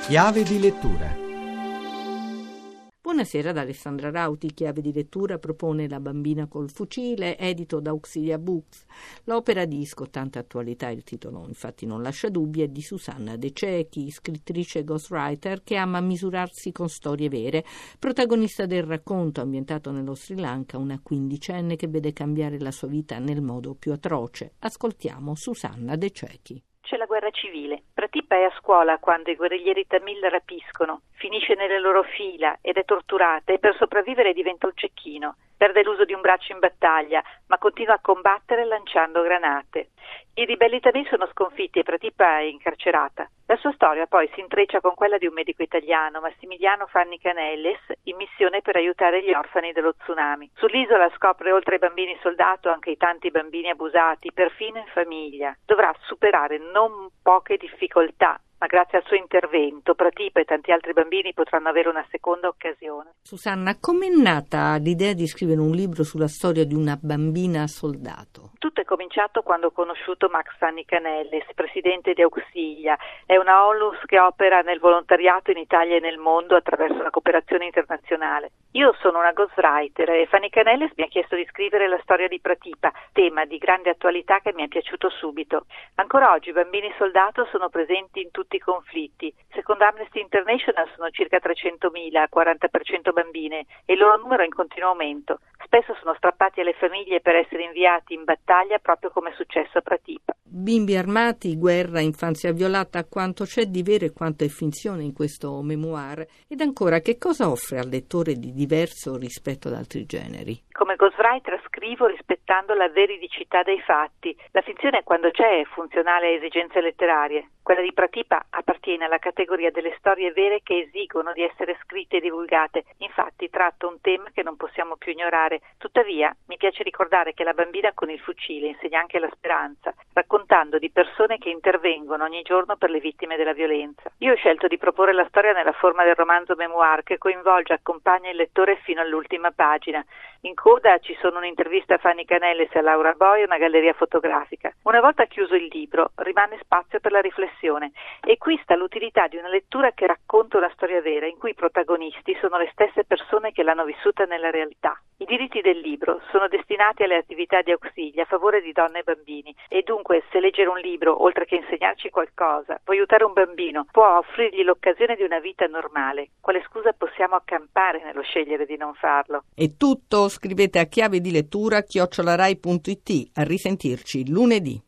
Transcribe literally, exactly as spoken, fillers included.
Chiave di lettura. Buonasera da Alessandra Rauti. Chiave di lettura propone La bambina col fucile, edito da Auxilia Books. L'opera di scottante attualità, il titolo infatti non lascia dubbi, è di Susanna De Cecchi, scrittrice ghostwriter che ama misurarsi con storie vere. Protagonista del racconto, ambientato nello Sri Lanka, una quindicenne che vede cambiare la sua vita nel modo più atroce. Ascoltiamo Susanna De Cecchi. C'è la guerra civile. Pratibha è a scuola quando i guerriglieri tamil la rapiscono, finisce nelle loro fila ed è torturata e per sopravvivere diventa un cecchino. Perde l'uso di un braccio in battaglia, ma continua a combattere lanciando granate. I ribelli tamil sono sconfitti e Pratibha è incarcerata. La sua storia poi si intreccia con quella di un medico italiano, Massimiliano Fanni Canelles, in missione per aiutare gli orfani dello tsunami. Sull'isola scopre oltre ai bambini soldato anche i tanti bambini abusati, perfino in famiglia. Dovrà superare non poche difficoltà, ma grazie al suo intervento Pratibha e tanti altri bambini potranno avere una seconda occasione. Susanna, com'è nata l'idea di scrivere un libro sulla storia di una bambina soldato? Tutto è cominciato quando ho conosciuto Max Fanni Canelles, presidente di Auxilia. È una onlus che opera nel volontariato in Italia e nel mondo attraverso la cooperazione internazionale. Io sono una ghostwriter e Fanni Canelles mi ha chiesto di scrivere la storia di Pratibha, tema di grande attualità che mi è piaciuto subito. Ancora oggi i bambini soldato sono presenti in tutti i conflitti. Secondo Amnesty International sono circa trecentomila, quaranta per cento bambine, e il loro numero è in continuo aumento. Spesso sono strappati alle famiglie per essere inviati in battaglia proprio come è successo a Pratibha. Bimbi armati, guerra, infanzia violata, quanto c'è di vero e quanto è finzione in questo memoir? Ed ancora, che cosa offre al lettore di diverso rispetto ad altri generi? Come ghostwriter scrivo rispettando la veridicità dei fatti. La finzione quando c'è è funzionale a esigenze letterarie. Quella di Pratibha appartiene alla categoria delle storie vere che esigono di essere scritte e divulgate. Infatti tratto un tema che non possiamo più ignorare. Tuttavia mi piace ricordare che la bambina con il fucile insegna anche la speranza, raccontando di persone che intervengono ogni giorno per le vittime della violenza. Io ho scelto di proporre la storia nella forma del romanzo memoir che coinvolge e accompagna il lettore fino all'ultima pagina. In coda ci sono un'intervista a Fanni Canelles e a Laura Boy e una galleria fotografica. Una volta chiuso il libro rimane spazio per la riflessione e qui sta l'utilità di una lettura che racconta una storia vera in cui i protagonisti sono le stesse persone che l'hanno vissuta nella realtà. I diritti del libro sono destinati alle attività di Auxilia a favore di donne e bambini e dunque se leggere un libro, oltre che insegnarci qualcosa, può aiutare un bambino, può offrirgli l'occasione di una vita normale, quale scusa possiamo accampare nello scegliere di non farlo? È tutto, scrivete a chiave di lettura chiocciola rai punto it. A risentirci lunedì.